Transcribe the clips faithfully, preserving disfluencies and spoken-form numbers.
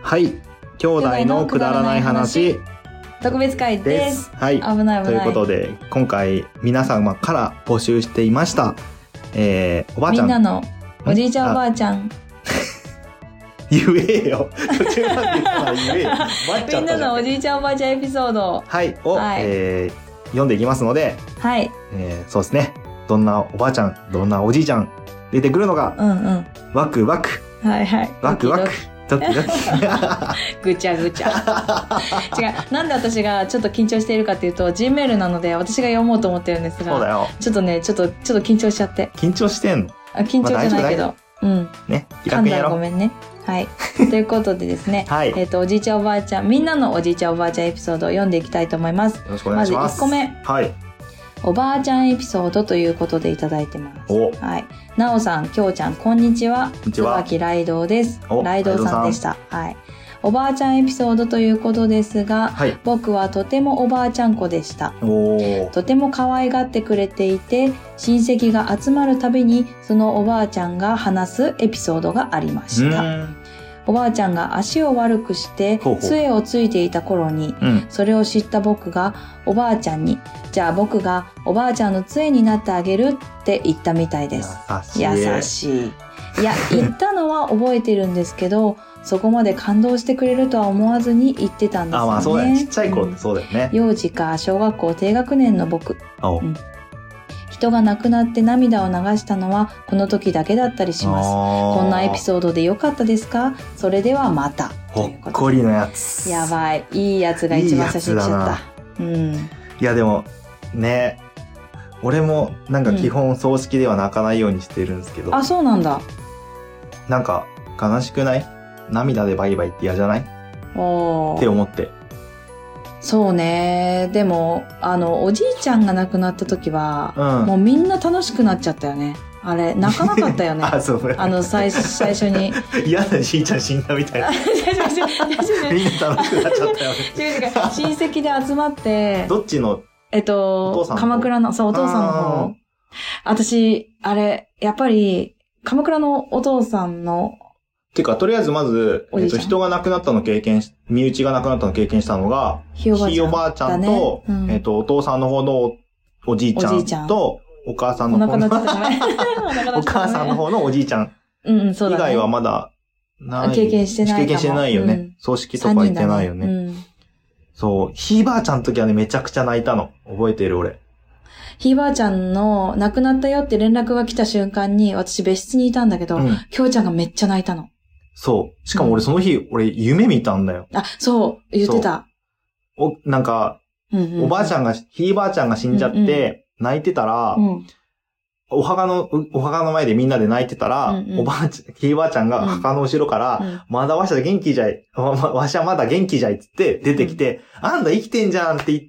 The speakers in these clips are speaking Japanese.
はい。兄弟のくだらない話。 特別会です。 ですはい。 危ない危ない。 ということで、今回皆様から募集していました。えー、おばあちゃん。 みんなのおじいちゃんおばあちゃん。 言えよ。途中まで言ったら言えよ。 みんなのおじいちゃんおばあちゃんエピソード。 はい。を、はい、えー、読んでいきますので。 はい。 えー、そうですね。どんなおばあちゃん、どんなおじいちゃん出てくるのか。 うんうん。 ワクワク。 はいはい。 ワクワク。ドキドキ。 ぐちゃぐちゃ。違う。なんで私がちょっと緊張しているかっていうと、G メールなので私が読もうと思ってるんですが。 そうだよ。 ちょっとね、ちょっと、ちょっと緊張しちゃって。 緊張してんの？ あ、緊張じゃないけど。まあ、うん。 ね。気楽にやろう。 ごめんね。はい。ということでですね。 はい。 えっと、おじいちゃんおばあちゃん、みんなのおじいちゃんおばあちゃんエピソードを読んでいきたいと思います。よろしくお願いします。 まずいっこめ。 はい。 おばあちゃんエピソードということでいただいてます。 お。 はい。なおさん、きょうちゃん、こんにちは。 こんにちは。 椿ライドウです。ライドウさんでした。はい。おばあちゃんエピソードということですが、はい、僕はとてもおばあちゃん子でした。 おとても可愛がってくれていて、親戚が集まるたびにそのおばあちゃんが話すエピソードがありました。おばあちゃんが足を悪くして杖をついていた頃に、うん、それを知った僕がおばあちゃんに、じゃあ僕がおばあちゃんの杖になってあげるって言ったみたいです。 優しい。 優しい。いや、言ったのは覚えてるんですけど、そこまで感動してくれるとは思わずに言ってたんですよね。 あ、まあそうだね。ちっちゃい頃ってそうだよね。 うん、幼児か小学校低学年の僕。うん、人が亡くなって涙を流したのはこの時だけだったりします。こんなエピソードでよかったですか？それではまた。 ほっこりのやつ。 やばい。いいやつが一番最初に来ちゃった。うん。 いやでも、ね、俺もなんか基本葬式では泣かないようにしてるんですけど。 うん、あ、そうなんだ。 なんか悲しくない？涙でバイバイって嫌じゃない？ おー。 って思って。 そうね。でも、あの、おじいちゃんが亡くなった時は、うん、もうみんな楽しくなっちゃったよね。あれ、泣かなかったよね。 あ、そう。 あの、最、最初に。 嫌なじいちゃん死んだみたいな。みんな楽しくなっちゃったよね。 違う違う。親戚で集まって。 どっちの？ えっと、鎌倉の、そう、お父さんの方。私、あれ、やっぱり、鎌倉のお父さんの、 てか、とりあえずまず、えっと、人が亡くなったの経験し、身内が亡くなったの経験したのが、ひいおばあちゃんと、ねうん、えっと、お父さんの方のおじいちゃんと、お母さんの方の、お母さんの方のおじいちゃん。 うんうん、そうだね。 以外はまだ、ない。 経験してない。 経験してないよね。うん、葬式とか行ってないよね。ねうん、そう、ひいばあちゃんの時はね、めちゃくちゃ泣いたの。覚えてる俺。 ひいばあちゃんの亡くなったよって連絡が来た瞬間に、私別室にいたんだけど、うん、きょうちゃんがめっちゃ泣いたの。 そう。しかも俺その日、うん、俺夢見たんだよ。 あ、そう、言ってた。 お、なんか、うんうんうん、おばあちゃんが、ひいばあちゃんが死んじゃって、泣いてたら、うんうん、お墓の、お墓の前でみんなで泣いてたら、うんうん、おばあちゃん、ひいばあちゃんが墓の後ろから、うん、まだわしゃ元気じゃい、わしゃまだ元気じゃいっつって出てきて、うん、あんた生きてんじゃんって言って、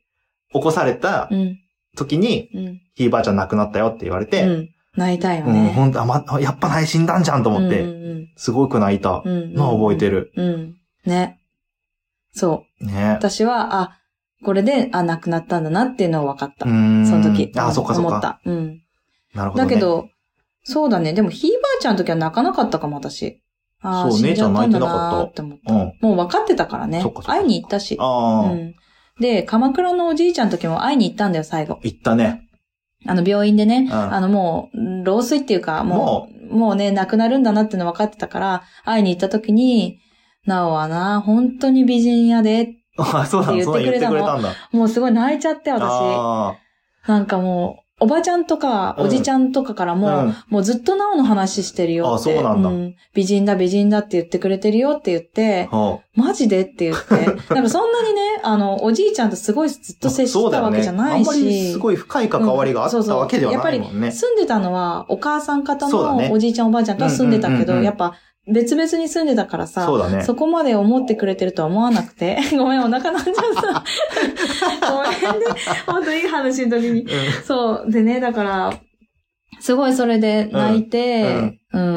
起こされた時に、うん、ひいばあちゃん亡くなったよって言われて、うん泣いたよね。 うん、ほんと、あ、ま、やっぱ泣い死んだんじゃんと思って、うんうん、すごく泣いたのは覚えてる。 うん、うん。ね。そう。 ね。 私は、あ、これで、あ、亡くなったんだなっていうのが分かった。その時。 あ、そっかそっか。 思った。うん。 なるほど、ね。 だけど、そうだね。でも、ひいばあちゃんの時は泣かなかったかも、私。ああ、 そう、姉ちゃん泣いてなかった。 って思った。うん、もう分かってたからね。そっかそっか。会いに行ったし。 ああ、 うん。で、鎌倉のおじいちゃんの時も会いに行ったんだよ、最後。 行ったね。 あの、病院でね、うん、あの、もう、老衰っていうか、もう、もう、もうね、亡くなるんだなっていうの分かってたから、会いに行った時に、なおはな、本当に美人やで、ってあ、そうだ、 言ってくれたの。もうすごい泣いちゃって、私。なんかもう、おばちゃんとか、おじちゃんとかからも、うん、もうずっとなおの話してるよって。 あ、そうなんだ、うん。 美人だ、美人だって言ってくれてるよって言って、はあ、マジでって言って。なんかそんなにね、あの、おじいちゃんとすごいずっと接してたわけじゃないし。 そうだよね、あんまりすごい深い関わりがあったわけではないもんね。うん、そうそうやっぱり住んでたのは、お母さん方のおじいちゃんおばあちゃんとは住んでたけど、やっぱ、別々に住んでたからさ、そうだね、 そこまで思ってくれてるとは思わなくて、ごめん、お腹なんじゃった。ごめんね、ほんといい話の時に。うん、そう。でね、だから、すごいそれで泣いて、うん。うん、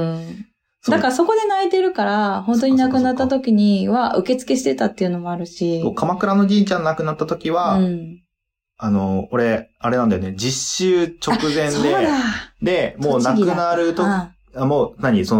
だからそこで泣いてるから、本当に亡くなった時には受付してたっていうのもあるし。 鎌倉のじいちゃん亡くなった時は、うん、あの、俺、あれなんだよね、実習直前で、で、もう亡くなると、もう何、その、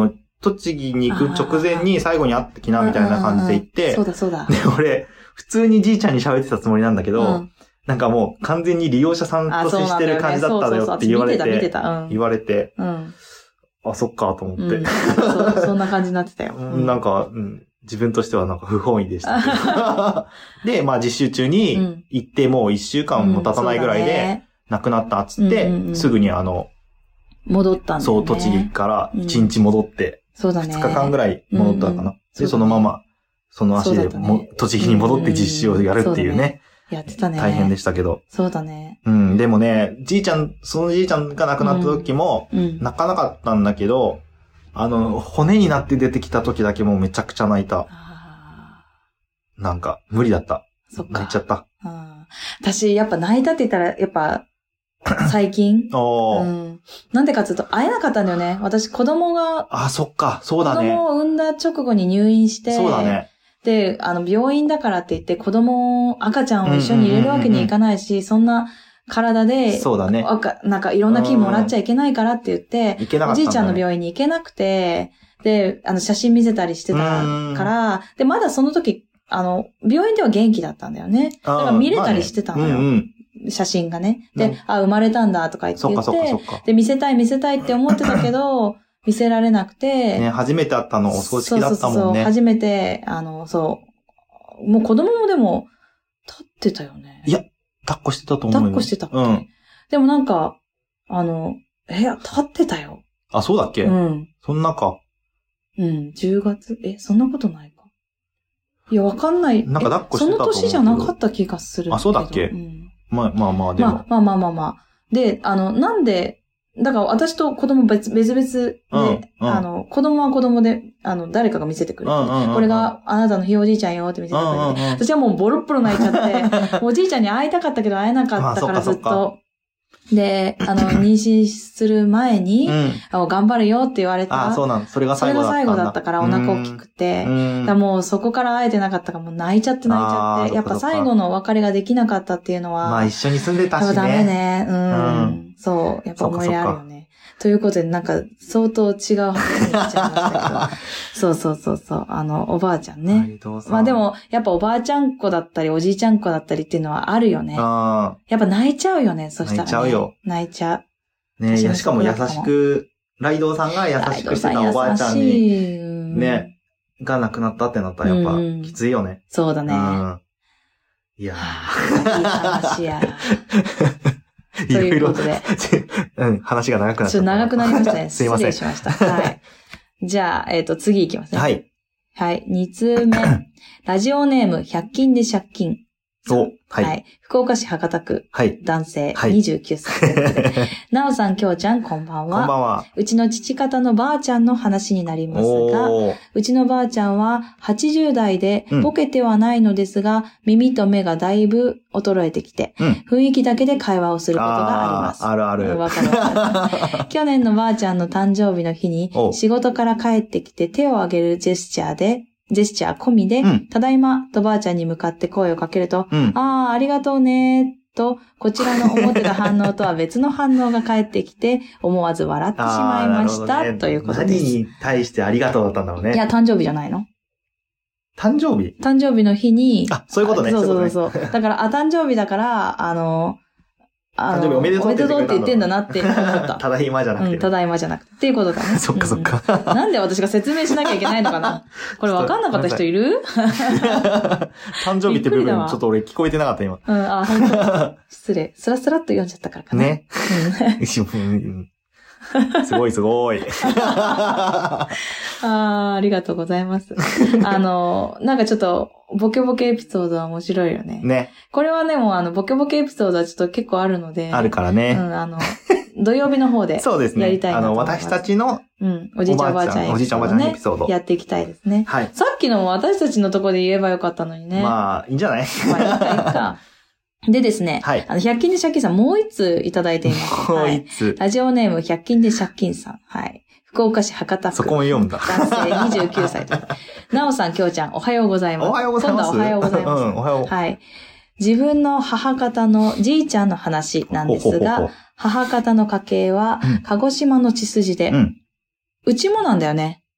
栃木に行く直前に最後に会ってきな、みたいな感じで行って、 そうだそうだ。 で、俺、普通にじいちゃんに喋ってたつもりなんだけど、うん、なんかもう完全に利用者さんと接してる感じだったよって言われて、 見てた見てた、うん、 言われて、 うん、 あ、そっかと思って、うん、 そう。そんな感じになってたよ。 うん、なんか、うん、自分としてはなんか不本意でしたけど。で、まあ実習中に行ってもう一週間も経たないぐらいで亡くなったっつって、うんうんうん、すぐにあの、 戻ったんだよね。 そう、栃木から一日戻って、うん、 そうだね。 二日間ぐらい戻ったかな。うんうん、で、そのまま、その足でも、ね、栃木に戻って実習をやるっていうね。 やってたね。 大変でしたけど。 そうだね。 うん。でもね、じいちゃん、そのじいちゃんが亡くなった時も、うん、泣かなかったんだけど、あの、骨になって出てきた時だけもうめちゃくちゃ泣いた。なんか、無理だった。そっか。泣いちゃった。 うん、私、やっぱ泣いたって言ったら、やっぱ、最近おうん。なんでかっていうと、会えなかったんだよね。私、子供が。 あ、そっか。そうだね。 子供を産んだ直後に入院して。 そうだね。 で、あの、病院だからって言って子供、赤ちゃんを一緒に入れるわけにいかないし、そんな体で、 そうだね。 なんかいろんな菌もらっちゃいけないからって言って、 行けなかったんだね、 おじいちゃんの病院に行けなくて、で、あの、写真見せたりしてたから、で、まだその時、あの、病院では元気だったんだよね。だから見れたりしてたのよ。まあねうんうん、写真がね。で、うん、あ、生まれたんだとか言って言って、で、見せたい見せたいって思ってたけど、見せられなくて。 ね、初めて会ったのお葬式だったもんね。そうそうそう、 初めて、あの、そう。もう子供もでも、立ってたよね。 いや、抱っこしてたと思うよ。 抱っこしてたっけ、うん、でもなんか、あの、え、立ってたよ。 あ、そうだっけうん。そんなか。 うん、じゅうがつえ、そんなことないか。いや、わかんない。 なんか抱っこしてたと思う。 その年じゃなかった気がする。 あ、そうだっけうん。まあまあまあ、でも。 まあまあまあまあ。で、あの、なんで、だから私と子供別別々で、うんうん、あの、子供は子供で、あの、誰かが見せてくれて、うんうんうん、これがあなたのひいおじいちゃんよって見せてくれて、うんうんうん、私はもうボロッボロ泣いちゃって、おじいちゃんに会いたかったけど会えなかったからずっと。で、あの、妊娠する前に、うん、頑張るよって言われた。 あ、そうなんそれが最後だったんだ。 それが最後だったからお腹大きくて、だもうそこから会えてなかったからもう泣いちゃって泣いちゃって、やっぱ最後のお別れができなかったっていうのは。 まあ一緒に住んでたしね。 ダメね。うん。うん、そう。やっぱ思い入れあるよね。ということで、なんか、相当違う話になっちゃいましたけど。そうそうそうそう。あの、おばあちゃんね。まあでも、やっぱおばあちゃん子だったり、おじいちゃん子だったりっていうのはあるよね。 あやっぱ泣いちゃうよね、そしたら、ね。 泣いちゃうよ。 泣いちゃう。ねえ、しかも優しく、ライドウさんが優しくしてたおばあちゃんに、ね、が亡くなったってなったらやっぱ、きついよね。うん、 そうだね。うん、 いやー。いい話や。 いろいろ。ということで。うん、話が長くなっちゃった。 ちょっと長くなりましたね。 すいません。 失礼しました。はい。じゃあ、えっと、次行きますね。 はい。 はい。二通目。ラジオネーム、百均で借金。 お、はい。 はい。福岡市博多区。 はい。 男性。はい。にじゅうきゅうさい。なおさん、きょうちゃん、こんばんは。 こんばんは。 うちの父方のばあちゃんの話になりますが、うちのばあちゃんははちじゅう代で、ボケてはないのですが、うん、耳と目がだいぶ衰えてきて、うん、雰囲気だけで会話をすることがあります。 あ, あるある。 わかるわかる。去年のばあちゃんの誕生日の日に、仕事から帰ってきて手を挙げるジェスチャーで、ジェスチャー込みで、うん、ただいまとばあちゃんに向かって声をかけると、うん、ああ、ありがとうねと、こちらの思ってた反応とは別の反応が返ってきて、思わず笑ってしまいました、ね、ということです。 何に対してありがとうだったんだろうね。 いや、誕生日じゃないの？ 誕生日？ 誕生日の日に。 あ、そういうことね。 そうそうそうそう。だから、あ、誕生日だから、あの、 あの、誕生日おめでとうって言ってんだなって思った。 ただいまじゃなくて、ね。 うん、ただいまじゃなくて。っていうことだね。 そっかそっか、 うん。なんで私が説明しなきゃいけないのかなこれ分かんなかった人いる誕生日って部分ちょっと俺聞こえてなかった今。 うん、あ、本当失礼。スラスラっと読んじゃったからかな。 ね。すごいすごい。 ああ、ありがとうございます。あの、なんかちょっと、ボケボケエピソードは面白いよね。 ね。 これはね、もうあの、ボケボケエピソードはちょっと結構あるので。 あるからね。 うん、あの、土曜日の方で。そうですね。やりたいなと思います。 あの、私たちの、 うん、おじいちゃんおばあちゃんエピソード、ね。 おじいちゃんおばあちゃんエピソード。 やっていきたいですね。 はい。 さっきのも私たちのとこで言えばよかったのにね。 まあ、いいんじゃない？ まあ、いいか、いいか。でですね。 はい。 あの、百均で借金さん、もう一通いただいています。 もう一通、はい。 ラジオネーム、百均で借金さん。はい。福岡市博多区。 そこも読んだ。 男性にじゅうきゅうさいと。なおさん、きょうちゃん、おはようございます。 おはようございます。 今度はおはようございます。 うん、おはよう。 はい。自分の母方のじいちゃんの話なんですが、ほほほほ母方の家系は、鹿児島の血筋で、うん、うちもなんだよね。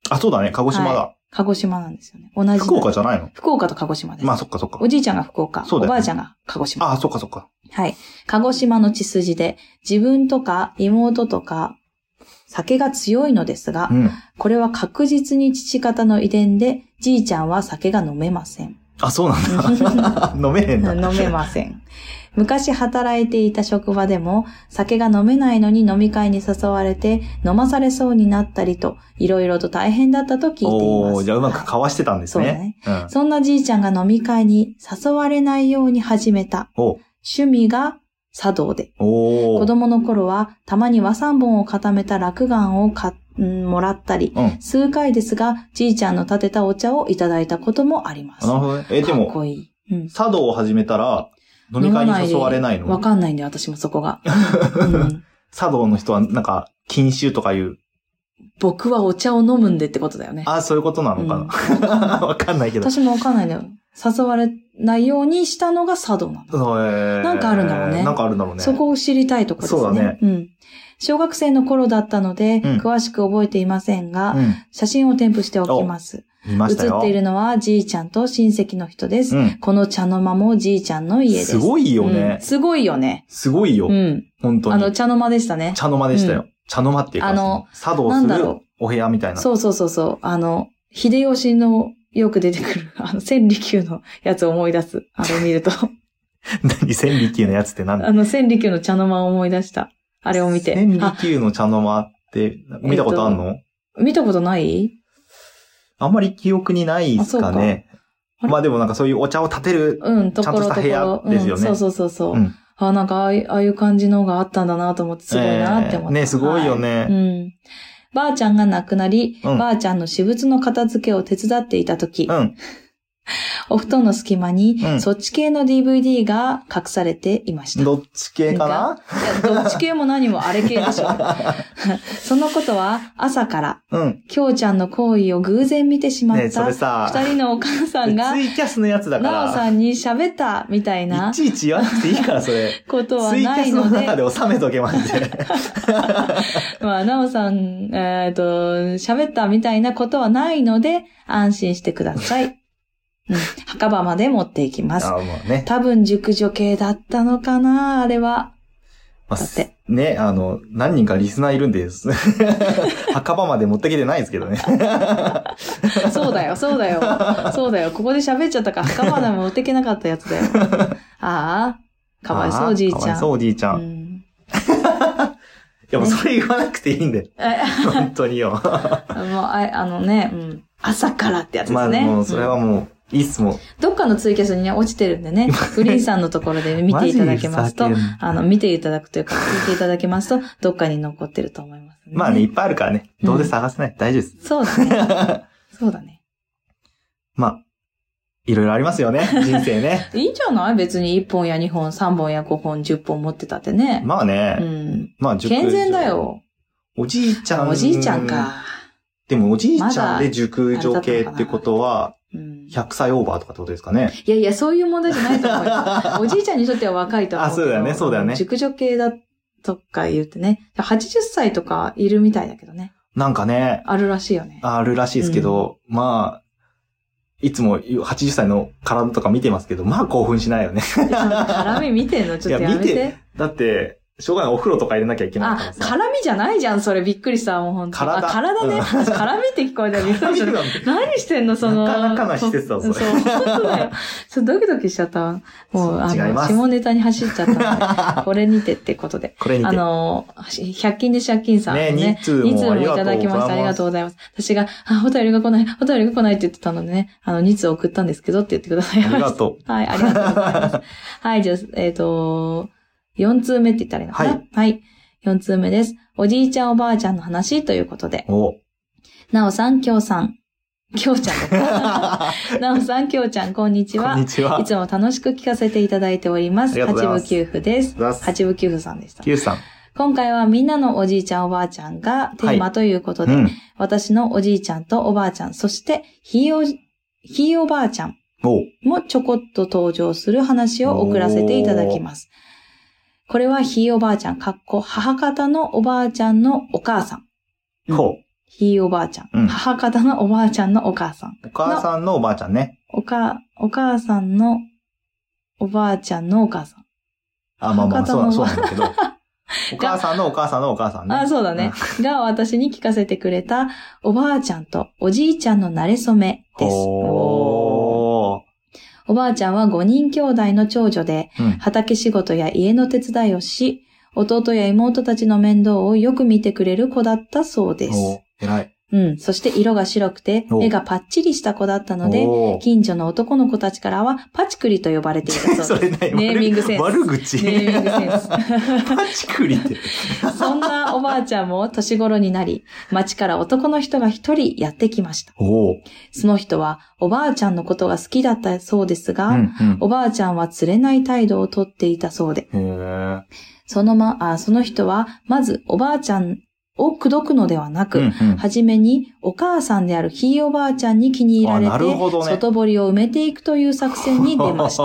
あ、そうだね。鹿児島だ。 はい、鹿児島なんですよね。同じ。 福岡じゃないの？ 福岡と鹿児島です。 まあ、そっかそっか。 おじいちゃんが福岡。そうだよね。おばあちゃんが鹿児島。 ああ、そっかそっか。 はい。鹿児島の血筋で、自分とか妹とか、酒が強いのですが、うん、これは確実に父方の遺伝で、じいちゃんは酒が飲めません。 あ、そうなんだ。飲めへんだ。 飲めません。昔働いていた職場でも、酒が飲めないのに飲み会に誘われて、飲まされそうになったりと、いろいろと大変だったと聞いています。 おー、じゃあうまく交わしてたんですね。はい、そうね、 うん。そんなじいちゃんが飲み会に誘われないように始めた。趣味が茶道で。子供の頃は、たまに和三本を固めた落雁を買ってうん、もらったり、うん、数回ですが、じいちゃんの立てたお茶をいただいたこともあります。 なるほどね。え、でも、 かっこいい。うん、 茶道を始めたら、飲み会に誘われないの？ わかんないんで、私もそこが。うん、 茶道の人は、なんか、禁酒とかいう。 僕はお茶を飲むんでってことだよね。 あ、そういうことなのかな。わ、うん、かんないけど。 私もわかんないんだよ。誘われないようにしたのが茶道なんだ。えー、なんかあるんだろうね。 なんかあるんだろうね。 そこを知りたいところですね。そうだね。うん。小学生の頃だったので、うん、詳しく覚えていませんが、うん、写真を添付しておきます。 見ましたよ。 写っているのはじいちゃんと親戚の人です。うん、この茶の間もじいちゃんの家です。 すごいよね、 うん。すごいよね。 すごいよ。うん。本当に。 あの、茶の間でしたね。 茶の間でしたよ。うん、茶の間っていうか、あの、茶道するお部屋みたいな。 そうそうそうそう。あの、秀吉のよく出てくる、あの、千里宮のやつを思い出す。あれを見ると。 何千里宮のやつって何だ？ あの、千里宮の茶の間を思い出した。あれを見て。 千里宮の茶の間って見たことあるの？ えっと、見たことない？ あんまり記憶にないですかね。あまあでもなんかそういうお茶を立てる、うん、ちゃんとした部屋ですよね。 うん、そうそうそうそう。うん、あなんかああいう、ああいう感じのがあったんだなと思ってすごいなって思って。 えー、ね、すごいよね。 はい、うん。ばあちゃんが亡くなり、うん、ばあちゃんの私物の片付けを手伝っていたとき、うん、お布団の隙間に、うん、そっち系の ディーブイディー が隠されていました。 どっち系かな？ いや、どっち系も何もあれ系でしょ。そのことは朝から、うん、きょうちゃんの行為を偶然見てしまった、ね、それさ、二人のお母さんが、 ツイキャスのやつだから、 なおさんに喋ったみたいな。 いちいち言わなくていいから、それ。 ことはないので。 ツイキャスの中で収めとけまして。 まあ、なおさん、えっと、喋ったみたいなことはないので、安心してください。うん、墓場まで持っていきます。 あもうね、 多分熟女系だったのかな、あれは。 まあ、だって。ね、あの、何人かリスナーいるんです。墓場まで持ってきてないですけどね。 そうだよ、そうだよ。そうだよ。ここで喋っちゃったから墓場まで持ってけなかったやつだよ。ああ、かわいそう、じいちゃん。かわいそう、じいちゃん。うん、いや、もうそれ言わなくていいんだよ。本当によ。もうあ、あのね、うん。朝からってやつですね。 まあもう、それはもう、うんいいっすもん。 どっかのツイキャスにね、落ちてるんでね、グリーンさんのところで見ていただけますと、あの、見ていただくというか、聞いていただけますと、どっかに残ってると思いますね。 まあね、いっぱいあるからね、どうせ探せない。うん、大丈夫です。 そうだね。そうだね。 まあ、いろいろありますよね、人生ね。 いいんじゃない別にいっぽんやにほん、さんぼんやごほん、じゅっぽん持ってたってね。 まあね。 うん。まあ、健全だよ。 おじいちゃん。 おじいちゃんか。 でもおじいちゃんで熟女系ってことは、ひゃくさいオーバーとかってことですかね。 いやいや、そういう問題じゃないと思うよ。おじいちゃんにとっては若いと思う。 あ、そうだよね、そうだよね。 熟女系だとか言ってね。はちじゅっさいとかいるみたいだけどね。 なんかね。 あるらしいよね。 あるらしいですけど、うん、まあ、いつもはちじゅっさいの体とか見てますけど、まあ興奮しないよね。 絡み見てんのちょっとやめて。いや、見て。 だって、しょうがない。お風呂とか入れなきゃいけないからさ。 あ、絡みじゃないじゃん、それ。びっくりした、もうほんと。 体。 あ、体ね。私、絡みって聞こえたらびっくりした。何してんの、その。 なかなかな施設だぞ、 それ。そう、本当だよ。ちょっとドキドキしちゃったわ。もう、あの、下ネタに走っちゃったので、これにてってことで。 これにて。 あの、ひゃく均で借金さんね。 ね、に通も。 に通もいただきました。ありがとうございます。私が、あ、お便りが来ない、お便りが来ないって言ってたのでね、あの、に通送ったんですけどって言ってくださいました。 ありがとう。はい、ありがとうございます。はい、じゃあ、えっと、よん通目って言ったらいいのかな、はい、はい。よん通目です。おじいちゃんおばあちゃんの話ということで。 おなおさん、きょうさん。きょうちゃんだなおさん、きょうちゃん、こんにちは。 こんにちは。 いつも楽しく聞かせていただいております。 ありがとうございます。 八部九夫です。八部九夫さんでした。 九夫さん。 今回はみんなのおじいちゃんおばあちゃんがテーマということで、はいうん、私のおじいちゃんとおばあちゃん、そしてひいお、ひいおばあちゃんもちょこっと登場する話を送らせていただきます。これはひいおばあちゃん、かっこ母方のおばあちゃんのお母さん。 ほう。 ひいおばあちゃん。うん、母方のおばあちゃんのお母さん。 お母さんのおばあちゃんね。 おか、お母さんのおばあちゃんのお母さん。 あ、まあまあ、そう、そうなんだけど。お母さんのお母さんのお母さんね。 あ、そうだね。が私に聞かせてくれたおばあちゃんとおじいちゃんの馴れ初めです。おおばあちゃんはごにん兄弟の長女で、うん、畑仕事や家の手伝いをし、弟や妹たちの面倒をよく見てくれる子だったそうです。 お偉い。 うん。そして色が白くて、目がパッチリした子だったので、近所の男の子たちからはパチクリと呼ばれていたそうです。それネーミングセンス。悪口。 ネーミングセンス。 パチクリって。 そんなおばあちゃんも年頃になり、町から男の人が一人やってきました。 おその人はおばあちゃんのことが好きだったそうですが、うんうん、おばあちゃんは釣れない態度をとっていたそうで。 へーそのま、あ、その人は、まずおばあちゃんを口説くのではなく、うんうん、はじめにお母さんであるひいおばあちゃんに気に入られて、ね、外堀を埋めていくという作戦に出ました。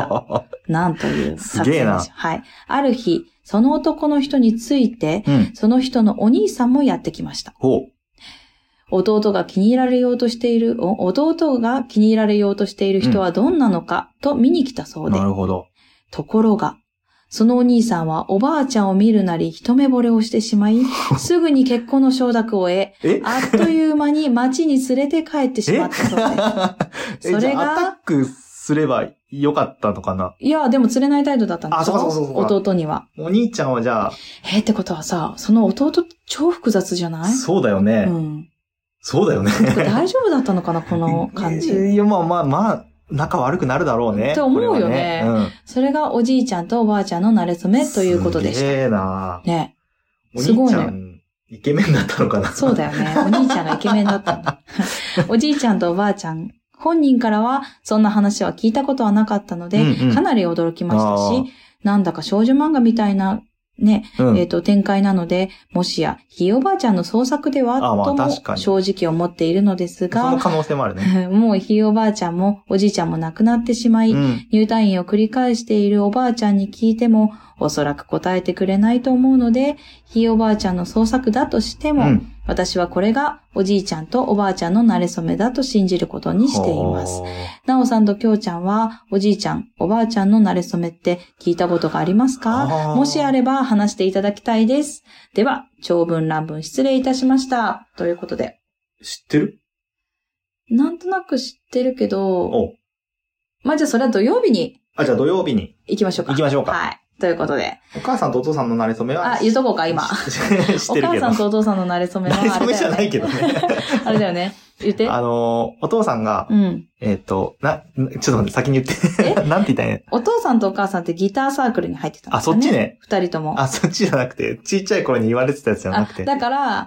なんという作戦でしょう。はい。ある日、その男の人について、うん、その人のお兄さんもやってきました。 ほう弟が気に入られようとしている、弟が気に入られようとしている人はどんなのか、と見に来たそうで。 なるほど。 ところが、そのお兄さんはおばあちゃんを見るなり一目惚れをしてしまい、すぐに結婚の承諾を得、あっという間に町に連れて帰ってしまったそうです。 それが、アタックすればよかったのかな？ いや、でも釣れない態度だったんですよ。 あ、そうそうそうそう。 弟には。 お兄ちゃんはじゃあ。 えー、ってことはさ、その弟超複雑じゃない？ そうだよね。 うん。 そうだよね。 大丈夫だったのかな、この感じ。 いや、まあまあまあ。仲悪くなるだろうね。 って思うよね。ねうん、それがおじいちゃんとおばあちゃんの馴れ初めということでした。 すげえなね。 すごいね。イケメンだったのかな。 そうだよね。お兄ちゃんがイケメンだったんだ。おじいちゃんとおばあちゃん、本人からはそんな話は聞いたことはなかったので、うんうん、かなり驚きましたし、なんだか少女漫画みたいなね、うん、えっと、展開なので、もしや、ひいおばあちゃんの創作では、とも正直思っているのですが、 その可能性もあるね。 もうひいおばあちゃんもおじいちゃんも亡くなってしまい、うん、入退院を繰り返しているおばあちゃんに聞いても、おそらく答えてくれないと思うので、ひいおばあちゃんの創作だとしても、うん、私はこれがおじいちゃんとおばあちゃんの馴れ初めだと信じることにしています。なおさんときょうちゃんは、おじいちゃん、おばあちゃんの馴れ初めって聞いたことがありますか？もしあれば話していただきたいです。では、長文乱文失礼いたしました。ということで。 知ってる？ なんとなく知ってるけど、まあ、じゃあそれは土曜日に。 あ、じゃあ土曜日に。 行きましょうか。 行きましょうか。 はい。ということで。 お母さんとお父さんの馴れ初めは。 あ、言っとこうか、今。 知ってるけど。 お母さんとお父さんの馴れ初めは。 馴れ初めじゃないけどね。 あれだよね。言って。 あのー、お父さんが、 うん、 えっ、ー、と、な、ちょっと待って、先に言って。えなんて言ったんや。 お父さんとお母さんってギターサークルに入ってたんですよね。 あ、そっちね。 二人とも。 あ、そっちじゃなくて、ちっちゃい頃に言われてたやつじゃなくて。 だから、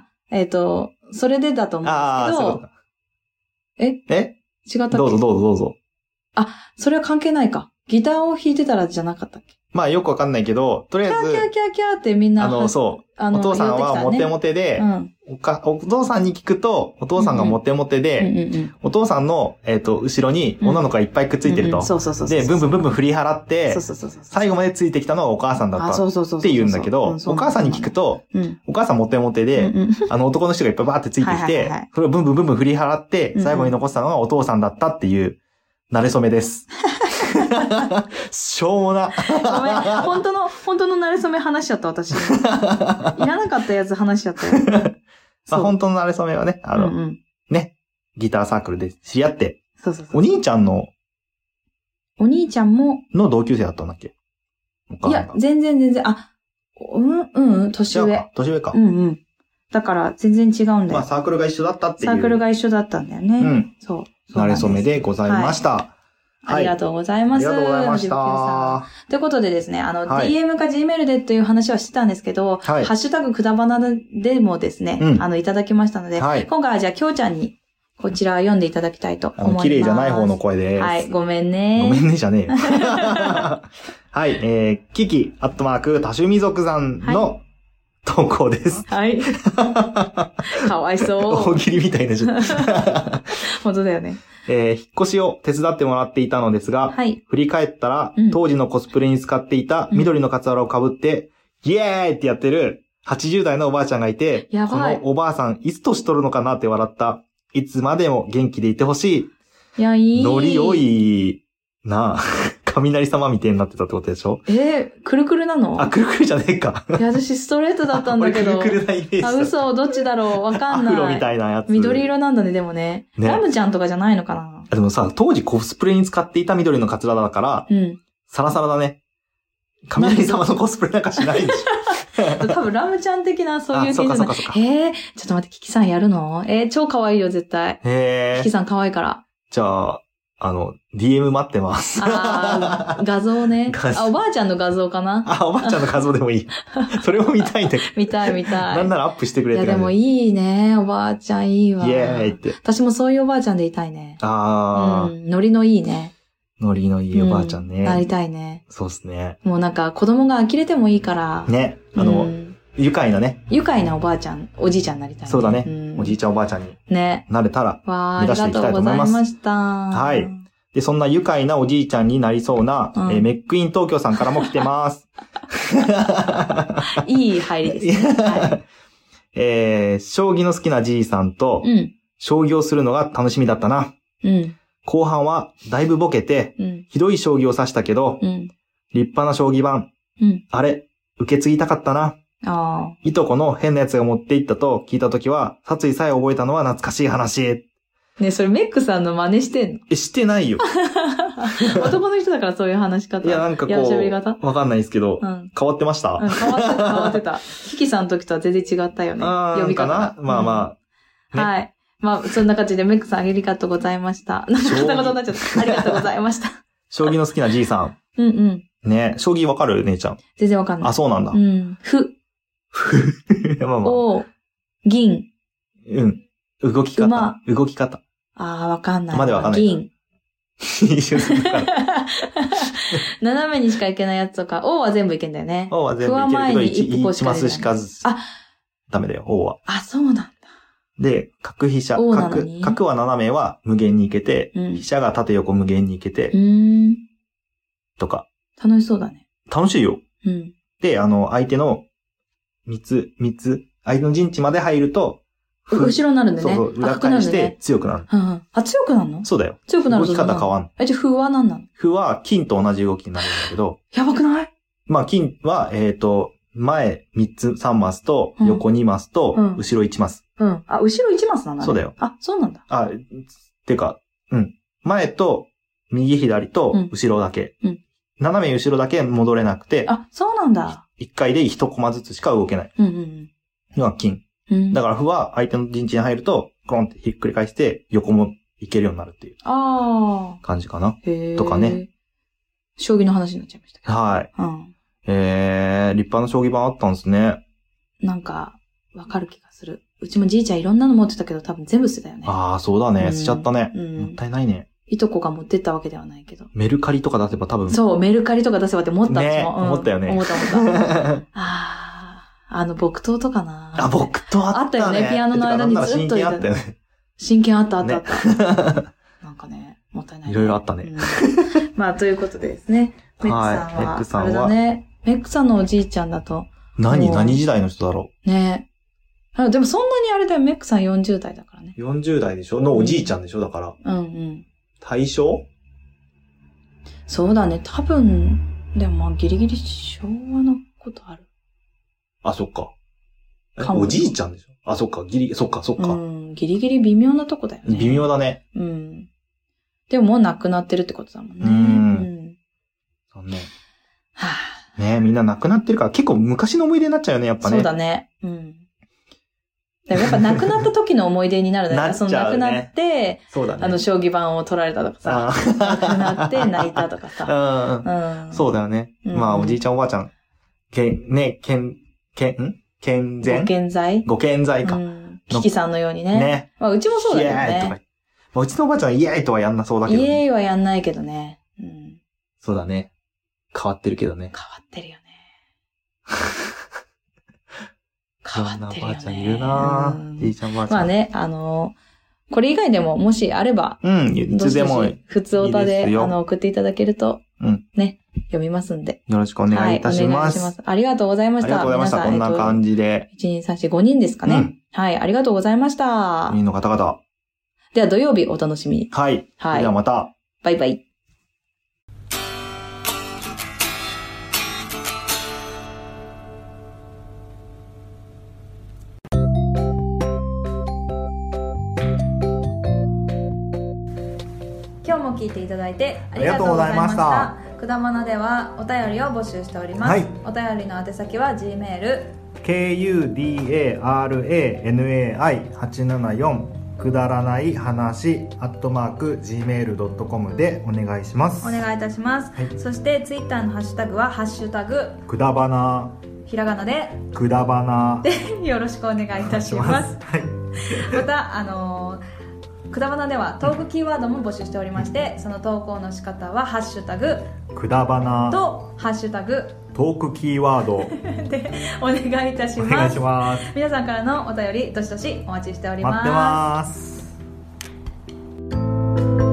えっ、ー、と、それでだと思うんですけど。ああ、そういうことか。ええ違ったっけ？ どうぞどうぞどうぞ。 あ、それは関係ないか。ギターを弾いてたらじゃなかったっけ？ まあよくわかんないけど、とりあえず。 キャーキャーキャーキャーってみんな。 あの、そう。あのお父さんはモテモテで、ねうん、お, かお父さんに聞くと、お父さんがモテモテで、 うんうんうんうん、 お父さんの、えっ、ー、と、後ろに女の子がいっぱいくっついてると。で、ブンブンブンブン振り払って、最後までついてきたのがお母さんだったって言うんだけど、お母さんに聞くと、うん、お母さんモテモテで、うんうん、あの男の人がいっぱいバーってついてきて、それをブンブンブンブン振り払って、最後に残したのがお父さんだったっていう、馴れ初めです。しょうもな。 ごめん。本当の、本当の馴れ初め話しちゃった、私。いらなかったやつ話しちゃったよ。 まあ、本当の馴れ初めはね、あの、うんうん、ね、ギターサークルで知り合って、そうそうそう。お兄ちゃんの、 お兄ちゃんも、 の同級生だったんだっけ？ いや、全然全然、あ、うん、うん、年上。 年上か。 うんうん。だから、全然違うんだよ。 まあ、サークルが一緒だったっていう。 サークルが一緒だったんだよね。うん。そう。 馴れ初めでございました。はいありがとうございます。 ありがとうございました。 ということでですね、あの、はい、ディーエム か Gmail でという話はしてたんですけど、はい、ハッシュタグくだばなでもですね、うん、あの、いただきましたので、はい、今回はじゃあ、きょうちゃんに、こちら読んでいただきたいと思います。あの、 綺麗じゃない方の声です。 はい、ごめんね。 ごめんねじゃねえよ。はい、えー、キキ、アットマーク、多趣味族さんの、投稿です。 はい。かわいそう。 大喜利みたいな。 本当だよね。 えー、引っ越しを手伝ってもらっていたのですが、はい、振り返ったら、うん、当時のコスプレに使っていた緑のカツラを被って、うん、イエーイってやってる、 はちじゅう代のおばあちゃんがいて、 やばい。 このおばあさん、いつ年取るのかなって笑った。いつまでも元気でいてほしい。 いや、いい。 ノリ良いな雷様みたいになってたってことでしょ？ えー、くるくるなの？ あ、くるくるじゃねえか。 いや、私ストレートだったんだけど。 くるくるなイメージだ。 あ、嘘、どっちだろうわかんない。 アフロみたいなやつ。 緑色なんだね、でもね。ねラムちゃんとかじゃないのかな？ でもさ、当時コスプレに使っていた緑のカツラだから、うん。サラサラだね。雷様のコスプレなんかしないでしょ。 多分ラムちゃん的なそういう系じゃない。えー、ちょっと待って、キキさんやるの？えー、超可愛いよ、絶対。へー。キキさん可愛いから。 じゃあ、あの、ディーエム 待ってます。 ああ、画像ね。あ、おばあちゃんの画像かな？ あ、おばあちゃんの画像でもいい。それも見たいんだけど。 見たい見たい。 なんならアップしてくれてる。 いやでもいいね。おばあちゃんいいわ。 イエーイって。 私もそういうおばあちゃんでいたいね。 ああ。 うん。ノリのいいね。 ノリのいいおばあちゃんね。うん、 なりたいね。 そうですね。 もうなんか子供が呆れてもいいから。 ね。あの、うん、愉快なね。 愉快なおばあちゃん、おじいちゃんになりたい、ね。 そうだね、うん。おじいちゃんおばあちゃんに。ね。なれたら。 わあ、ありがとうございました。 はい。で、そんな愉快なおじいちゃんになりそうな、うん、えー、メックイン東京さんからも来てます。 いい入りですね。はい、 えー、将棋の好きなじいさんと、うん、将棋をするのが楽しみだったな。うん、後半はだいぶボケて、うん、ひどい将棋を指したけど、うん、立派な将棋盤、うん、あれ、受け継ぎたかったな。あいとこの変なやつが持っていったと聞いたときは、殺意さえ覚えたのは懐かしい話。 ねえ、それメックさんの真似してんの？ え、してないよ。 男の人だからそういう話し方。 いや、なんかこう、わかんないですけど、うん、変わってました、 うん、変わってた、変わってた。キキさんの時とは全然違ったよね。呼び方が。 かなまあまあ、ね。はい。まあ、そんな感じでメックさんありがとうございました。なんか片言になっちゃった。ありがとうございました。 将棋の好きなじいさん。 うんうん。 ね将棋わかる姉ちゃん。 全然わかんない。 あ、そうなんだ。 うん。ふ。 ふ。まあまあ。 お、銀。 うん。動き方。馬。動き方。 ああ、わかんない。 までわかんない。 銀。斜めにしかいけないやつとか、王は全部いけんだよね。 王は全部いけるけど、前に一歩しかしかず。あ、ダメだよ、王は。 あ、そうなんだ。 で、角飛車、角、角は斜めは無限にいけて、うん、飛車が縦横無限にいけて、うーんとか。 楽しそうだね。 楽しいよ。うん。で、あの、相手の三つ、三つ、相手の陣地まで入ると、 後ろになるんだね。 そう、裏返して強くなる。 うん、あ、強くなるの？ そうだよ。 強くなる動き方変わん。 え、じゃあ歩は何なの？ 歩は金と同じ動きになるんだけど。 やばくない？ まあ金は、えっと、前三つ、三マスと、横二マスと、後ろ一マス。 うん。あ、後ろ一マスなんだね。 そうだよ。 あ、そうなんだ。 あ、てか、うん。前と、右左と、後ろだけ。うん。斜め後ろだけ戻れなくて。 あ、そうなんだ。 一回で一コマずつしか動けない。うんうんうん。のは金。だから歩は相手の陣地に入ると、コロンってひっくり返して、横もいけるようになるっていう。ああ。感じかな。へとかね。 将棋の話になっちゃいましたけど。 はい。うん。えー、立派な将棋盤あったんですね。 なんか、わかる気がする。うちもじいちゃんいろんなの持ってたけど、多分全部捨てたよね。 ああ、そうだね。捨てちゃったね。うん。もったいないね。 いとこが持ってったわけではないけど。 メルカリとか出せば多分。 そう、メルカリとか出せばって思ったんですよ。ね、思ったよね。 思った思った。ああ。あの、木刀とかな。 あ、木刀あったね。 あったよね。ピアノの間にずっといた。 真剣あったよね。 真剣あったあったあった。なんかね、もったいない。 いろいろあったね。 まあ、ということでですね。メックさんは。メックさんは。あれだね。メックさんのおじいちゃんだと。 何何時代の人だろう。ねえ。でもそんなにあれだよ。メックさんよんじゅう代だからね。 よんじゅう代でしょのおじいちゃんでしょだから。 うんうん。 大正？ そうだね。多分、でもまあギリギリ昭和のことある。 あ、そっか。おじいちゃんでしょあ、そっか。ギリ、そっか、そっか。 うん。ギリギリ微妙なとこだよね。 微妙だね。 うん。でももう亡くなってるってことだもんね。うん。うん、 そうね。はぁ。ねえ、みんな亡くなってるから結構昔の思い出になっちゃうよね、やっぱね。 そうだね。うん。でもやっぱ亡くなった時の思い出になるね。 なっちゃうね。 その亡くなって、 そうだね。 あの、将棋盤を取られたとかさ。亡くなって泣いたとかさ。 うん。うん。そうだよね。うん、まあ、おじいちゃんおばあちゃん。けん、ね、けん、けん、ん健全ご健在ご健在か。 うん。キキさんのようにね。ね。まあ、うちもそうだけどね。イエーイとか。 まあ、うちのおばあちゃんはイエーイとはやんなそうだけど、ね。 イエーイはやんないけどね。うん。 そうだね。変わってるけどね。 変わってるよね。変わってるよね。 おばあちゃんいるなぁ。じいちゃんばあちゃん。 まあね、あのー、これ以外でももしあれば。 うん、いつでも。 普通オタで、あの、送っていただけると。うん。ね。 読みますんで。 よろしくお願いいたします。はい、お願いします。 ありがとうございました。 ありがとうございました。こんな感じで。 いち、に、さん、よん、ごにんですかね。うん、はい、ありがとうございました。 ごにんの方々。 では土曜日お楽しみに。 はい。はい。ではまた。 バイバイ。今日も聞いていただいてありがとうございました。くだまなではお便りを募集しております。はい、お便りの宛先は G メールケーユーディーエーアールエーエヌエーアイはちななよん くだらない話アットマーク ジーメールドットコム でお願いします。 お願いいたします。はい、そしてツイッターのハッシュタグはハッシュタグくだばな、 ひらがなでくだばなでよろしくお願いいたします。はい、またあのーくだばなではトークキーワードも募集しておりまして、その投稿の仕方はハッシュタグくだばなとハッシュタグトークキーワードでお願いいたします。 お願いします。 皆さんからのお便りどしどしお待ちしております。 待ってます。